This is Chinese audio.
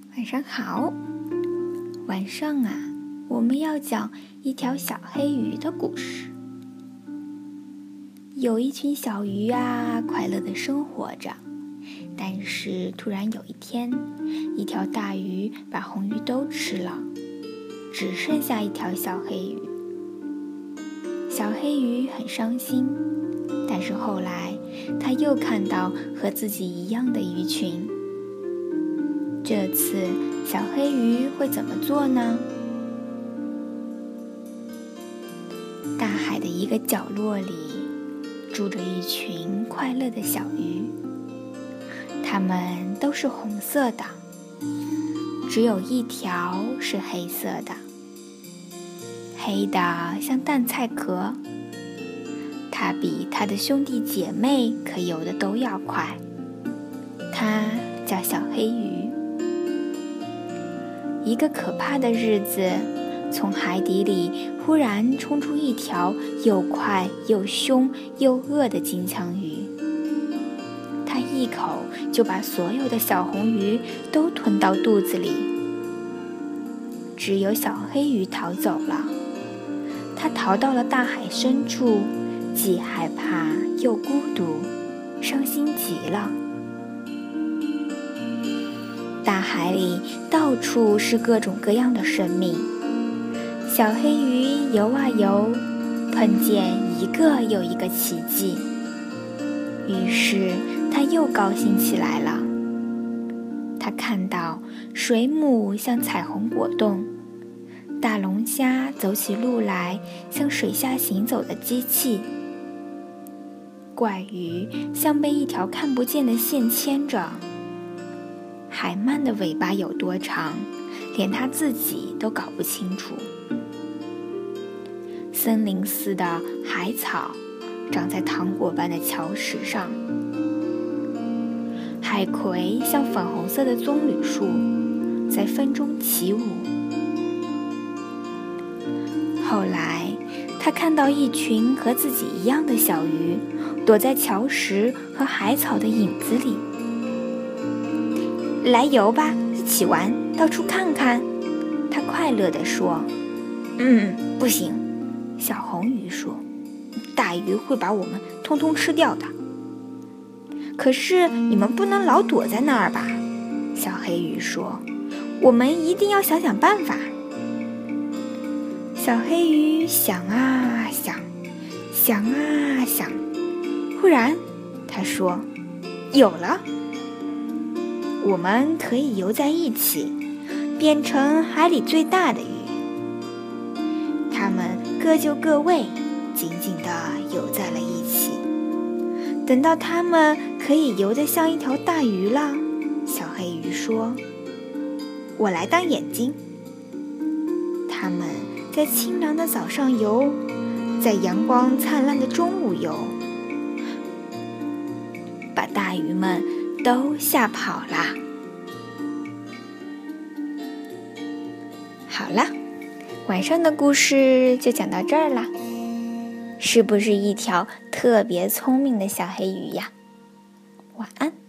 晚上好。晚上啊，我们要讲一条小黑鱼的故事。有一群小鱼啊，快乐地生活着。但是突然有一天，一条大鱼把红鱼都吃了，只剩下一条小黑鱼。小黑鱼很伤心，但是后来他又看到和自己一样的鱼群。这次小黑鱼会怎么做呢？大海的一个角落里住着一群快乐的小鱼，它们都是红色的，只有一条是黑色的，黑的像蛋菜壳。它比它的兄弟姐妹可游的都要快，它叫小黑鱼。一个可怕的日子，从海底里忽然冲出一条又快又凶又饿的金枪鱼，它一口就把所有的小红鱼都吞到肚子里。只有小黑鱼逃走了，它逃到了大海深处，既害怕又孤独，伤心极了。大海里到处是各种各样的生命，小黑鱼游啊游，碰见一个又一个奇迹，于是它又高兴起来了。它看到水母像彩虹果冻，大龙虾走起路来像水下行走的机器，怪鱼像被一条看不见的线牵着，海鳗的尾巴有多长，连它自己都搞不清楚。森林似的海草长在糖果般的礁石上，海葵像粉红色的棕榈树，在风中起舞。后来，他看到一群和自己一样的小鱼，躲在礁石和海草的影子里。来游吧，一起玩，到处看看，他快乐地说。不行，小红鱼说，大鱼会把我们通通吃掉的。可是你们不能老躲在那儿吧，小黑鱼说，我们一定要想想办法。小黑鱼想啊想，想啊想，忽然他说，有了，我们可以游在一起，变成海里最大的鱼。它们各就各位，紧紧地游在了一起。等到它们可以游得像一条大鱼了，小黑鱼说，我来当眼睛。它们在清凉的早上游，在阳光灿烂的中午游，把大鱼们都吓跑啦。好了，晚上的故事就讲到这儿啦。是不是一条特别聪明的小黑鱼呀？晚安。